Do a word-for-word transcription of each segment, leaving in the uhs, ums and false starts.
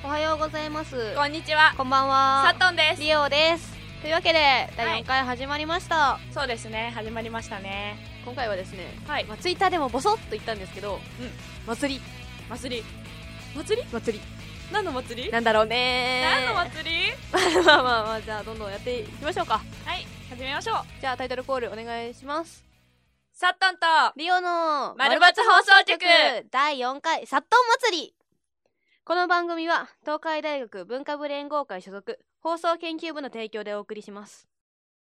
おはようございます。 こんにちは。 こんばんは。 サットンです。 リオです。というわけでだいよんかい始まりました、はい、そうですね、始まりましたね。 今回はですね、 はい、 まあ、ツイッターでもボソッと言ったんですけど、うん、祭り祭り祭り祭り何の祭りなんだろうね何の祭りまあまあまあ、じゃあどんどんやっていきましょうか。 はい、始めましょう。 じゃあタイトルコールお願いします。 サットンとリオのマルバツ放送局だいよんかいサットン祭り。この番組は東海大学文化部連合会所属放送研究部の提供でお送りします。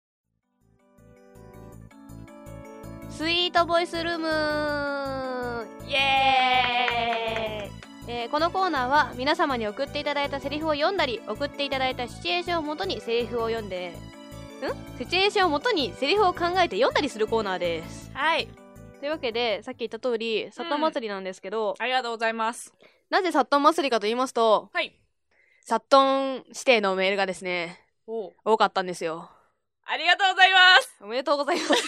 スイートボイスルームイエーイ、えー、このコーナーは皆様に送っていただいたセリフを読んだり、送っていただいたシチュエーションをもとにセリフを読んでんシチュエーションをもとにセリフを考えて読んだりするコーナーです。 はい、 というわけでさっき言った通りサットン祭りなんですけど、 うん、ありがとうございます。 なぜサットン祭りかと言いますと、 はい、サットン指定のメールがですね多かったんですよ。 ありがとうございます。 おめでとうございます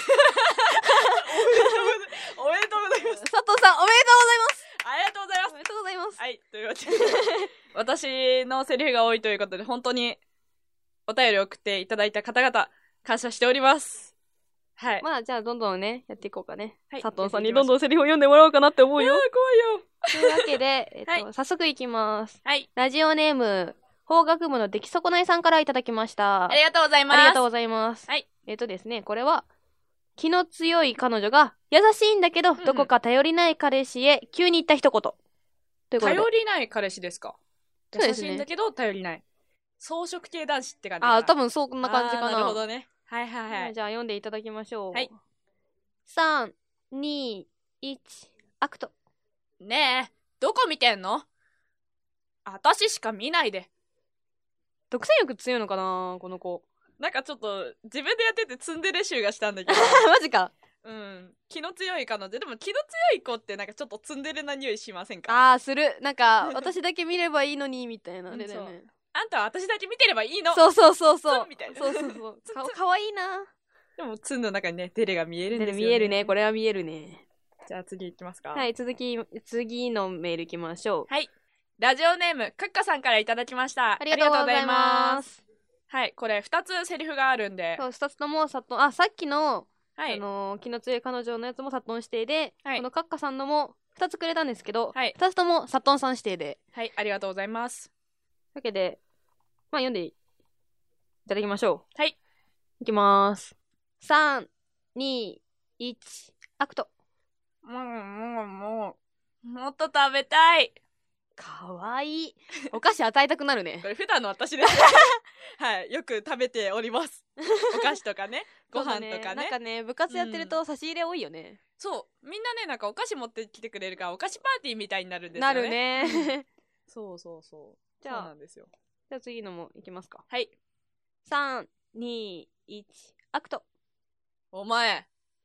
おめでとうございます。 佐藤さんおめでとうございます。 ありがとうございます。 おめでとうございます。 はい、というわけで私のセリフが多いということで本当にお便りを送っていただいた方々感謝しております。はい、 まあじゃあどんどんねやっていこうかね、はい、佐藤さんにどんどんセリフを読んでもらおうかなって思うよ。 怖いよ。 というわけで、えっとはい、早速いきます、 はい、 ラジオネーム法学部の出来損ないさんからいただきました。 ありがとうございます。 ありがとうございます。 はい、 えっとですねこれは気の強い彼女が優しいんだけど、うんうん、どこか頼りない彼氏へ急に言った一言ということで。 頼りない彼氏ですか。 そうですね、 優しいんだけど頼りない草食系男子って感じかな。 あ、多分そんな感じかな。 なるほどね。はいはいはい。 じゃあ読んでいただきましょう。 はい、 さん、に、いち、アクト。 ねえ、どこ見てんの？私しか見ないで。 独占欲強いのかなこの子。 なんかちょっと自分でやっててツンデレ臭がしたんだけどマジか。 うん、気の強い彼女。でも気の強い子ってなんかちょっとツンデレな匂いしませんか？ あーする。なんか私だけ見ればいいのにみたいなあれだよね。 あんたは私だけ見てればいいの。 そうそうそうそう。 ツンみたいな。 そうそうそう。か, かわいいな。 でもツンの中にねデレが見えるんですよね。 見えるね。これは見えるね。 じゃあ次いきますか。 はい、続き次のメールいきましょう。 はい、ラジオネームクッカさんからいただきました。 ありがとうございます。 はい、これふたつセリフがあるんで、 そうふたつともサットン、あさっきの、 はい、 あのー、気の強い彼女のやつもサットン指定で、 はい、 このカッカさんのもふたつくれたんですけど、 はい、 ふたつともサットンさん指定で、 はい、ありがとうございます。 というわけでまあ読んでいただきましょう。はい、 いきまーす。さん、に、いち、アクト。 もうもうもうもっと食べたい。 かわいい。お菓子与えたくなるね。 これ普段の私ですはい、よく食べております。お菓子とかね、ご飯とかね。 なんかね、部活やってると差し入れ多いよね、うん、 そうみんなね、なんかお菓子持ってきてくれるからお菓子パーティーみたいになるんですよね。 なるねそうそうそう。 じゃあそうなんですよ。 じゃあ次のもいきますか。 はい、 さん、に、いち、アクト。 お前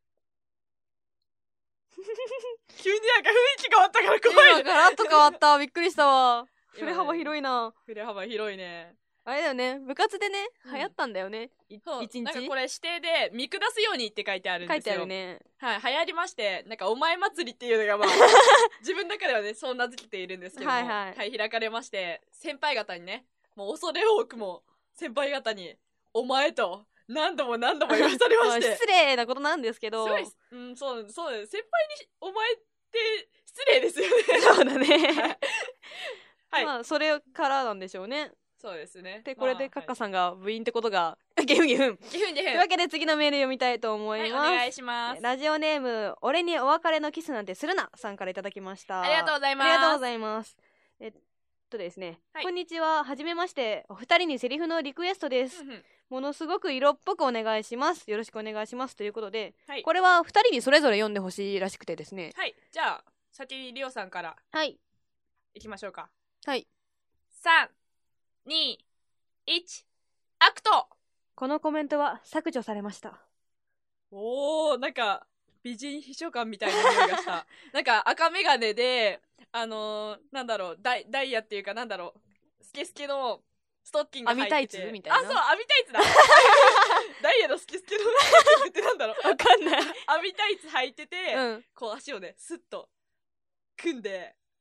急になんか雰囲気変わったから怖いね。 ガラッと変わったびっくりしたわ。振れ幅広いな。 振れ幅広いね。 あれだよね、部活でね、うん、流行ったんだよね。 そう一日なんかこれ指定で見下すようにって書いてあるんですよ。 書いてあるね。 はい、流行りまして、なんかお前祭りっていうのがまあ自分の中ではねそう名付けているんですけども、はい、はい、はい、開かれまして、先輩方にね、もう恐れ多くも先輩方にお前と何度も何度も言わされまして失礼なことなんですけど、 うん、そうそうです。先輩にお前って失礼ですよね。 そうだねはい、 まあそれからなんでしょうね。 そうですね。 でこれでカッカさんが部員ってことが、まあ、ゲフゲフンゲフンゲフンというわけで次のメール読みたいと思います、 はい、お願いします。 ラジオネーム俺にお別れのキスなんてするなさんからいただきました。 ありがとうございます。 ありがとうございます。えっとですね、はい、こんにちは、はじめまして。お二人にセリフのリクエストです。ものすごく色っぽくお願いします。よろしくお願いしますということで、はい、これはふたりにそれぞれ読んでほしいらしくてですね。 はい、じゃあ先にリオさんからはいいきましょうか。 はい、 さん、に、いち、アクト。 このコメントは削除されました。 おー、なんか美人秘書官みたいな匂いがしたなんか赤メガネであのー、なんだろうダイ、ダイヤっていうかなんだろうスケスケのストッキング履いてて、 網タイツみたいな。 あ、そう、網タイツだダイヤのスケスケのストッキングってなんだろうわかんない網タイツ履いてて、 うん、 こう足をねスッと組んで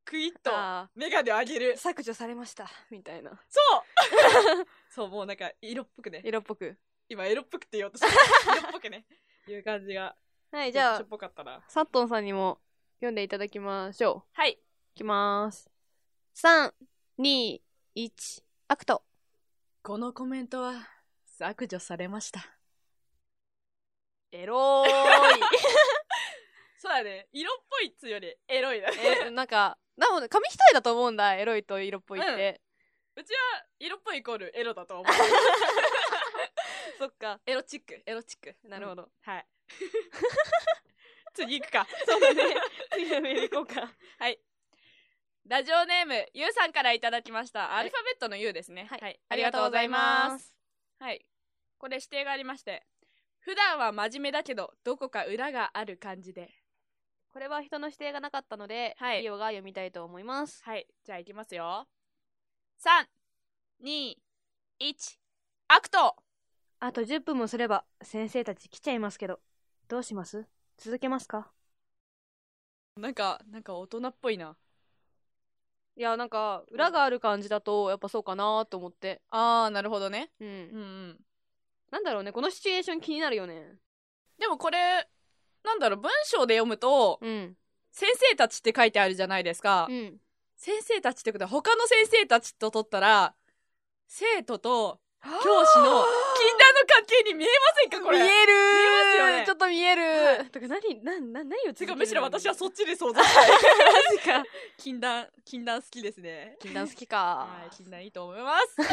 クイッとメガネを上げる、 削除されましたみたいな。 そうそう、もうなんか色っぽくね、 色っぽく、 今エロっぽくって言おうとした色っぽくねいう感じが。 はい、じゃあっぽかったな。 サットンさんにも読んでいただきましょう。 はい、いきまーす。さん、に、いち、アクト。 このコメントは削除されました。 エローいそうだね、色っぽいっつよりエロいだね。 え、なんか、でも紙一重だと思うんだ、エロいと色っぽいって。 うん、うちは色っぽいイコールエロだと思う。 そっか。 エロチック、エロチック。 なるほど。うん、 はい。次行くか。 そうだね。次のメール行こうか。 はい。ラジオネーム、ゆうさんからいただきました。アルファベットの ユー ですね。 はい。 はい、ありがとうございます。はい。これ指定がありまして。普段は真面目だけど、どこか裏がある感じで。 これは人の指定がなかったので、 はい、 リオが読みたいと思います。 はい。じゃあ行きますよ。さん、に、いち、アクト。 あとじゅっぷんもすれば先生たち来ちゃいますけど、どうします？続けますか？ なんか、なんか大人っぽいな。 いや、なんか裏がある感じだとやっぱそうかなと思って。 あー、なるほどね。 うん。うんうん。 なんだろうね、このシチュエーション気になるよね。 でもこれ、なんだろう、文章で読むと、 うん、 先生たちって書いてあるじゃないですか。 うん、 先生たちってことは他の先生たちと取ったら、生徒と教師の禁断の関係に見えませんか？これ見えるー。 見えますよね。 ちょっと見えるー。はい、とか何、な、な、何を続けるの？ むしろ私はそっちで想像したい。 マジか。 禁断、禁断好きですね。 禁断好きか。 はい、禁断いいと思います。はい、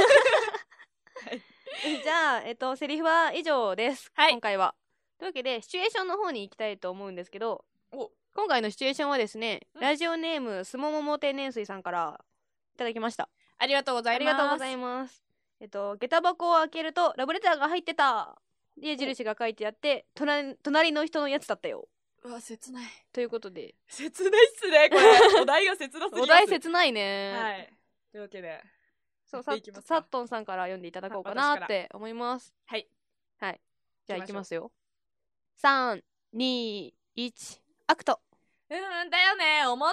じゃあ、えっと、セリフは以上です。 はい。 今回は。というわけで、シチュエーションの方に行きたいと思うんですけど、 お今回のシチュエーションはですね、ラジオネームすももも天然水さんからいただきました。 ありがとうございます。 ありがとうございます。えっと、下駄箱を開けるとラブレターが入ってた。で、印が書いてあって、隣、隣の人のやつだったよ。 うわ、切ない。 ということで。 切ないっすね、これ。お題が切なすぎます。 お題切ないね。 はい。というわけで。 そう、サットンさんから読んでいただこうかなって思います。 はい。 はい。じゃあ行きますよ。さん、に、いち、アクト。 うんだよね、思った。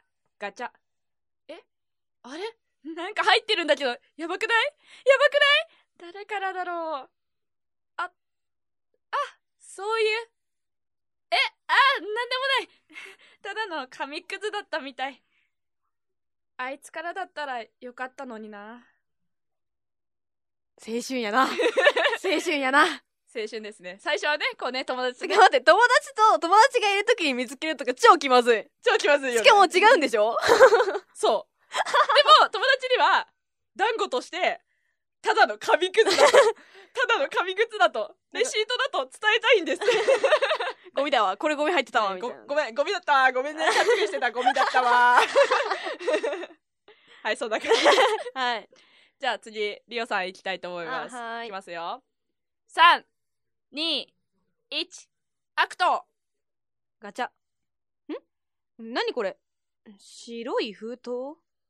ガチャ。えあれなんか入ってるんだけど、やばくない？やばくない？誰からだろう。あ、あ、そういう。え、あ、なんでもない。ただの紙くずだったみたい。あいつからだったらよかったのにな。 青春やな。青春やな。 青春ですね。最初はね、こうね、友達が。待って、友達と友達がいるときに見つけるとか超気まずい。 超気まずいよね。 しかも違うんでしょ？ そう。でも、友達には、団子として、ただの紙くずだと。ただの紙くずだと。レシートだと伝えたいんです。 ゴミだわ。これゴミ入ってたわ。みたいな。 ごめん、ゴミだったわ。ごめんね。勘違いしてた。ゴミだったわ。はい、そんな感じ。 はい。 じゃあ次、リオさん行きたいと思います。 はい。 いきますよ。さん、に、いち、アクト。 ガチャ。ん？何これ？白い封筒？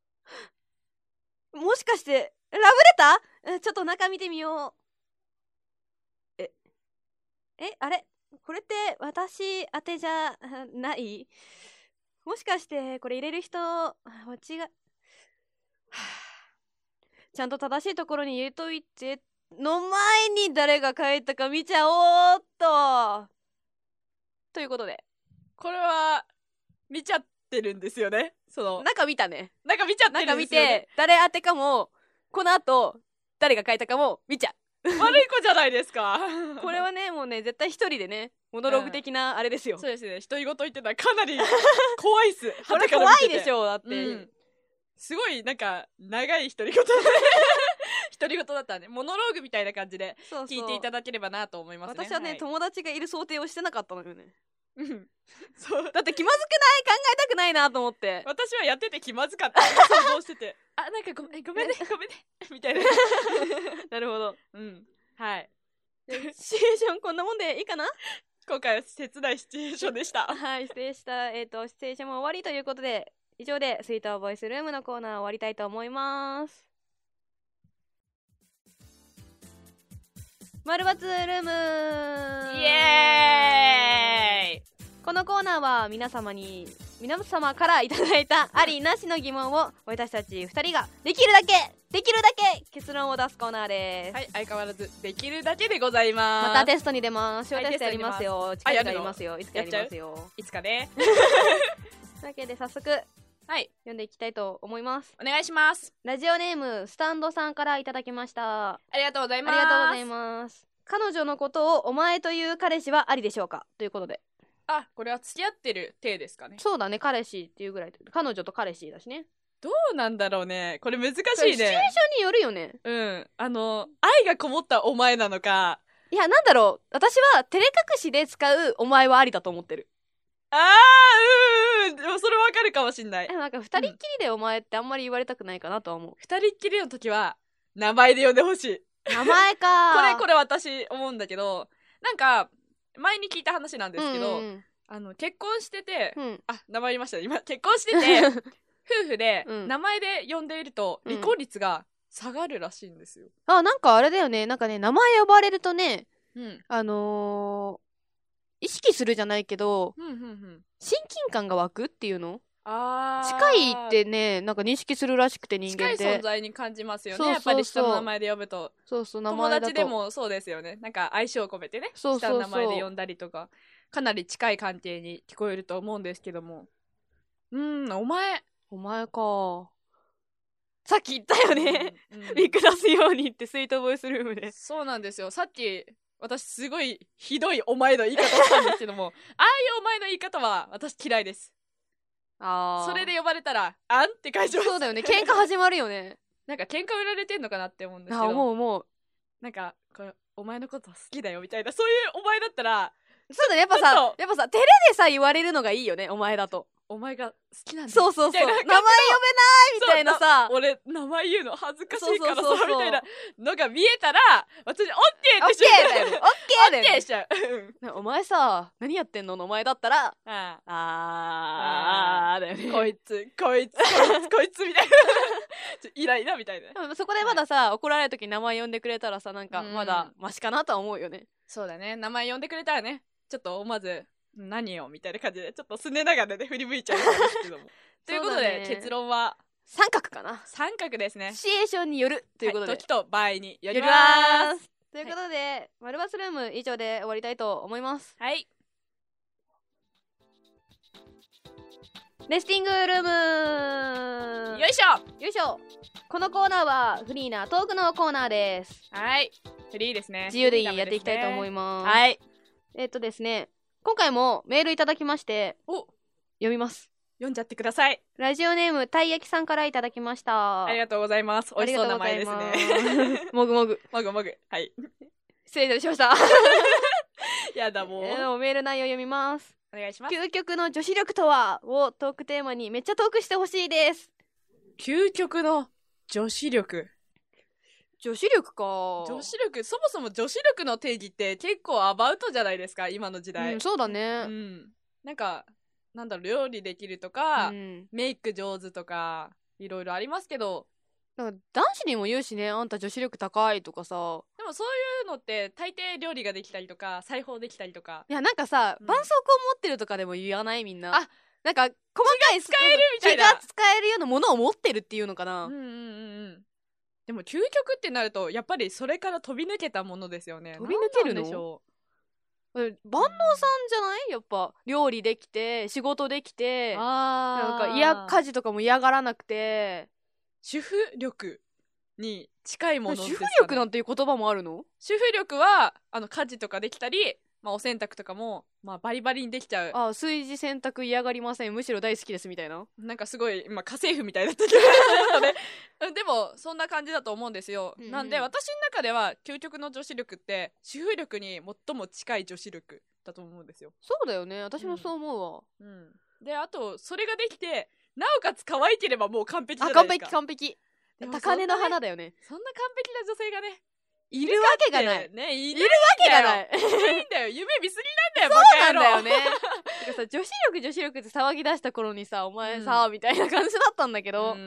もしかして、ラブレター？ちょっと中見てみよう。え、え、あれ？これって私宛てじゃない？もしかしてこれ入れる人、間違い、はあ、ちゃんと正しいところに入れといての前に誰が書いたか見ちゃおうっと。ということで。 これは、見ちゃってるんですよね。その。 中見たね。 中見ちゃってるんですよね。 中見て、誰宛てかも、この後、誰が書いたかも見ちゃう。 悪い子じゃないですか。 これはね、もうね、絶対一人でね、モノローグ的なあれですよ。 うん、そうですね。独り言言ってたらかなり怖いっす。 これ怖いでしょ、だって。うん、 すごい、なんか、長い独り言。独り言だったね。モノローグみたいな感じで聞いていただければなと思いますね。 そうそう私はね、はい、友達がいる想定をしてなかったのよね。 うん。そう。 だって気まずくない？考えたくないなと思って。 私はやってて気まずかった。想像してて。あ、なんかごめん、ごめんね、ごめんね。みたいな。 なるほど。 うん。はい。 シチュエーションこんなもんでいいかな？ 今回は切ないシチュエーションでした。 はい、失礼した。えっと、シチュエーションも終わりということで、以上でスイートボイスルームのコーナー終わりたいと思います。丸バツルームイエーイ。 このコーナーは皆様に皆様からいただいたありなしの疑問を私たちふたりができるだけできるだけ結論を出すコーナーです。 はい、相変わらずできるだけでございます。 またテストに出ます。小テストやりますよ。近々やりますよ。いつかやりますよ。 いつかね。 というわけで早速、 はい、 読んでいきたいと思います。 お願いします。 ラジオネームスタンドさんからいただきました。 ありがとうございます。 ありがとうございます。彼女のことをお前という彼氏はありでしょうかということで。 あ、これは付き合ってる体ですかね。 そうだね、彼氏っていうぐらい。彼女と彼氏だしね。 どうなんだろうね。これ難しいね。シチュエーションによるよね。 うん。あの、愛がこもったお前なのか。 いや、なんだろう。私は照れ隠しで使うお前はありだと思ってる。 あー、うんうん。でもそれわかるかもしんない。 なんか二人っきりでお前ってあんまり言われたくないかなとは思う。 二人っきりの時は、名前で呼んでほしい。 名前かこれ、これ私思うんだけど、なんか、前に聞いた話なんですけど、うんうん、あの、結婚してて、うん、あ、名前言いましたね。今、結婚してて、夫婦で、名前で呼んでいると、離婚率が下がるらしいんですよ。 うん、あ、なんかあれだよね。なんかね、名前呼ばれるとね、 うん、 あのー、意識するじゃないけど、 うんうんうん、 親近感が湧くっていうのあ近いってね、なんか認識するらしくて、人間って近い存在に感じますよね。そうそうそう、やっぱり下の名前で呼ぶと。 そうそう、名前だと友達でもそうですよね。なんか相性を込めてね、そうそうそう、下の名前で呼んだりとか、かなり近い関係に聞こえると思うんですけども。うーん、お前お前か。さっき言ったよね、 うんうん、 見下すようにってスイートボイスルームで。 そうなんですよ。さっき私すごいひどいお前の言い方をしたんですけどもああいうお前の言い方は私嫌いです。 あそれで呼ばれたらあんって返します。 そうだよね、喧嘩始まるよね。 なんか喧嘩売られてんのかなって思うんですけど。 あ、思う思う。 なんかこれお前のこと好きだよみたいな、そういうお前だったら。 そうだね、やっぱさやっぱさ照れでさ言われるのがいいよね、お前だと。 お前が好きなんだそうそうそう、名前呼べないみたいなさ、 俺名前言うの恥ずかしいからさそうそうそうそうみたいなのが見えたら私オッケーってしちゃう。オッケーだよね、オッケーだよね。 オッケーしちゃう。 お前さ何やってんののお前だったら、ああああだよね。 こいつこいつこいつこいつみたいなイライラみたいな。 そこでまださ、はい、怒られる時に名前呼んでくれたらさ、なんかまだマシかなとは思うよね。 そうだね、名前呼んでくれたらね、ちょっと思わず何よみたいな感じでちょっとすねながらね振り向いちゃうんですけどもということで、ね、結論は三角かな。 三角ですね。 シチュエーションによるということで、 はい、時と場合によります。 ということで、はい、マルバスルーム以上で終わりたいと思います。 はい。 レスティングルーム、 よいしょよいしょ。このコーナーはフリーなトークのコーナーです。 はい、フリーですね。 自由でいいやっていきたいと思います。 はい。 えっとですね、今回もメールいただきまして、 お、 読みます。 読んじゃってください。 ラジオネームたい焼きさんからいただきました。 ありがとうございます。美味しそうな名前ですね。 もぐもぐもぐもぐ、はい、 失礼しましたやだもう、 えー、メール内容読みます。 お願いします。 究極の女子力とはをトークテーマにめっちゃトークしてほしいです。 究極の女子力、 女子力か。 女子力、そもそも女子力の定義って結構アバウトじゃないですか、今の時代。 うん、そうだね。 うん、なんかなんだろう、料理できるとか、うん、メイク上手とかいろいろありますけど、 なんか男子にも言うしね、あんた女子力高いとかさ。 でもそういうのって大抵料理ができたりとか裁縫できたりとか。 いや、なんかさ、絆創膏持ってるとかでも言わない、みんな。あ、なんか細かい使えるみたいな、 気が使えるようなものを持ってるっていうのかな。 うんうんうんうん。でも究極ってなるとやっぱりそれから飛び抜けたものですよね。 飛び抜けるの？ なんでしょう。 万能さんじゃない？やっぱ料理できて仕事できて、 あなんか嫌家事とかも嫌がらなくて、 主婦力に近いものですかね。 主婦力なんていう言葉もあるの？ 主婦力はあの家事とかできたり、まあ、お洗濯とかも、まあ、バリバリにできちゃう。 ああ、炊事洗濯嫌がりません、むしろ大好きですみたいな。 なんかすごい今家政婦みたいだったけどねでもそんな感じだと思うんですよ、うんうん、なんで私の中では究極の女子力って主婦力に最も近い女子力だと思うんですよ。 そうだよね、私もそう思うわ。 うん、うん、であとそれができてなおかつ可愛ければもう完璧じゃないですか。 あ、完璧完璧。高嶺の花だよね。 そんな完璧な女性がねいるわけがないね、いるわけがない。 いいんだよ、夢見すぎなんだよ。 そうなんだよね。てかさ、女子力女子力って騒ぎ出した頃にさ、お前さ、うん、みたいな感じだったんだけど、うん、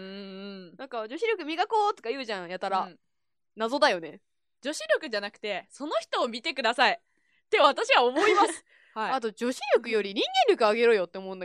なんか女子力磨こうとか言うじゃん、やたら、うん、謎だよね。 女子力じゃなくてその人を見てくださいって私は思いますはい、 あと女子力より人間力上げろよって思うんだけど。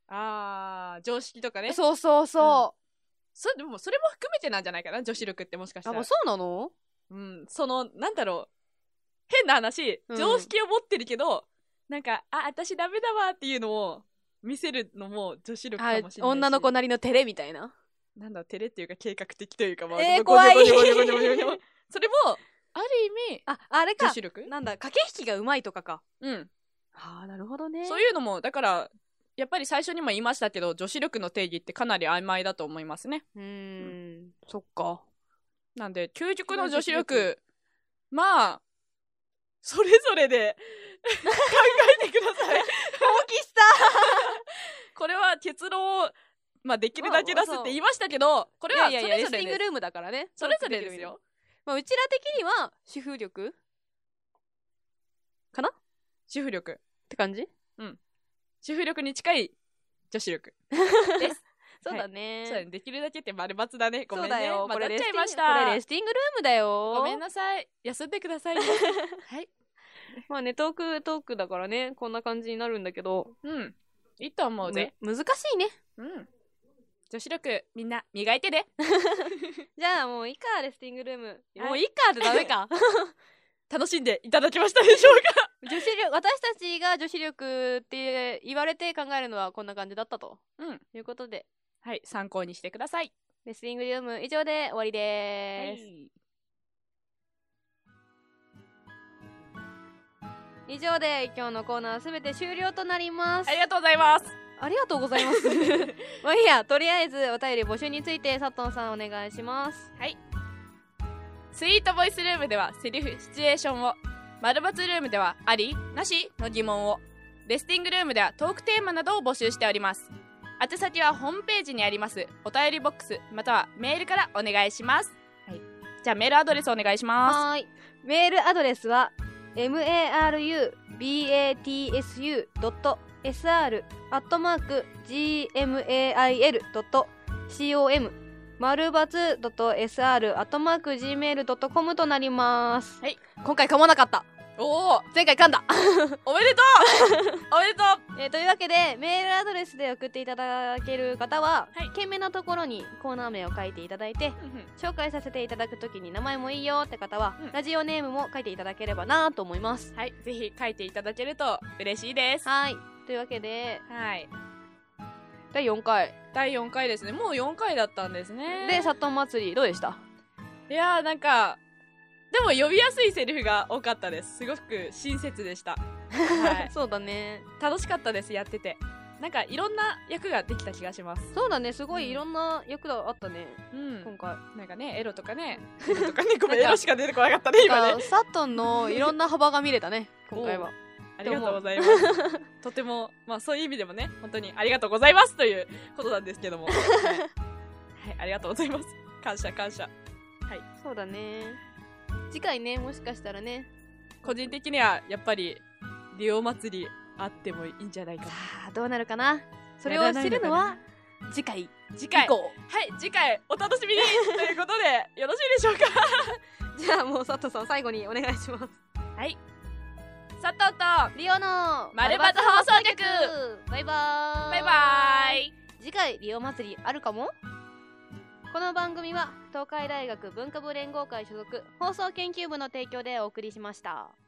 あー常識とかね。 そうそうそう、 そでもそれも含めてなんじゃないかな、女子力って。もしかしたら。 あ、もうそうなの？ うん、そのなんだろう、変な話、 うん常識を持ってるけどなんかあ私ダメだわっていうのを見せるのも女子力かもしれないし、 女の子なりの照れみたいな。 なんだ照れっていうか計画的というか、まあ、 えー、怖いゴニョゴニョゴニョゴニョゴニョゴニョそれもある意味あ、あれか、 女子力なんだ、駆け引きがうまいとかか。 うんはあ、なるほどね。 そういうのもだからやっぱり最初にも言いましたけど、女子力の定義ってかなり曖昧だと思いますね。 うーん、ん、そっか。 なんで究極の女子力、まあそれぞれで考えてください。 大きしたこれは結論を、まあ、できるだけ出すって言いましたけど、これはそれぞれです。 いやいやいや、レスティングルームだからね。 それぞれですよ。 まあ、うちら的には主婦力かな、 主婦力って感じ。 うん、主婦力に近い女子力ですそうだね、 はい、そうだね、できるだけって丸抜だね。ごめんね。 そうだよ、 まあ、 これなっちゃいました。 これレスティングルームだよ。 ごめんなさい、休んでくださいねはい。 まあね、トークトークだからね、こんな感じになるんだけど、 うんいいと思うぜ。 難しいね。 うん女子力みんな磨いてねじゃあもういいか、レスティングルーム、 はい、 もういいかってダメか楽しんでいただけましたでしょうか女子力、私たちが女子力って言われて考えるのはこんな感じだったと、うん、いうことで、 はい、参考にしてください。 レスティングルーム以上で終わりでーす、はい、以上で今日のコーナーすべて終了となります。 ありがとうございます。 ありがとうございますまあいいや、とりあえずお便り募集について佐藤さんお願いします。 はい、スイートボイスルームではセリフシチュエーションを、丸バツルームではありなしの疑問を、レスティングルームではトークテーマなどを募集しております。宛先はホームページにありますお便りボックスまたはメールからお願いします。はい、じゃあメールアドレスお願いします。 はい、メールアドレスは マルバツ ドット エスアール アットマーク ジーエムエーアイエル ドット コム 丸バツ ドット エスアール アットマーク ジーメール ドットコム となります。はい、今回噛まなかった。 おお、 前回噛んだおめでとうおめでとう、 えー、というわけでメールアドレスで送っていただける方は、はい、件名のところにコーナー名を書いていただいて、うんうん、紹介させていただくときに名前もいいよって方は、うん、ラジオネームも書いていただければなと思います。 はい、ぜひ書いていただけると嬉しいです。 はい、というわけで、 はい、 だいよんかいだいよんかいですね。もうよんかいだったんですね。 で、サットン祭りどうでした？ いやー、なんかでも呼びやすいセリフが多かったです。すごく親切でした、はい、 そうだね、 楽しかったです。やっててなんかいろんな役ができた気がします。 そうだね、すごいいろんな役があったね、うん、今回なんかね、エロとかねエロとかねごめんエロしか出てこなかったね今ね。 サットンのいろんな幅が見れたね今回は。 ありがとうございますとても、まあそういう意味でもね、本当にありがとうございますということなんですけどもはい、はい、ありがとうございます。感謝感謝。はい、 そうだね、次回ね、もしかしたらね、 個人的にはやっぱりリオ祭りあってもいいんじゃないかな。 さあどうなるかな、それを知るのは次回次回以降、はい、次回お楽しみにということでよろしいでしょうかじゃあもう佐藤さん最後にお願いします。 はい、佐藤とリオの丸バツ放送局、 バイバーイ。 バイバイ。 次回リオ祭りあるかも。この番組は東海大学文化部連合会所属放送研究部の提供でお送りしました。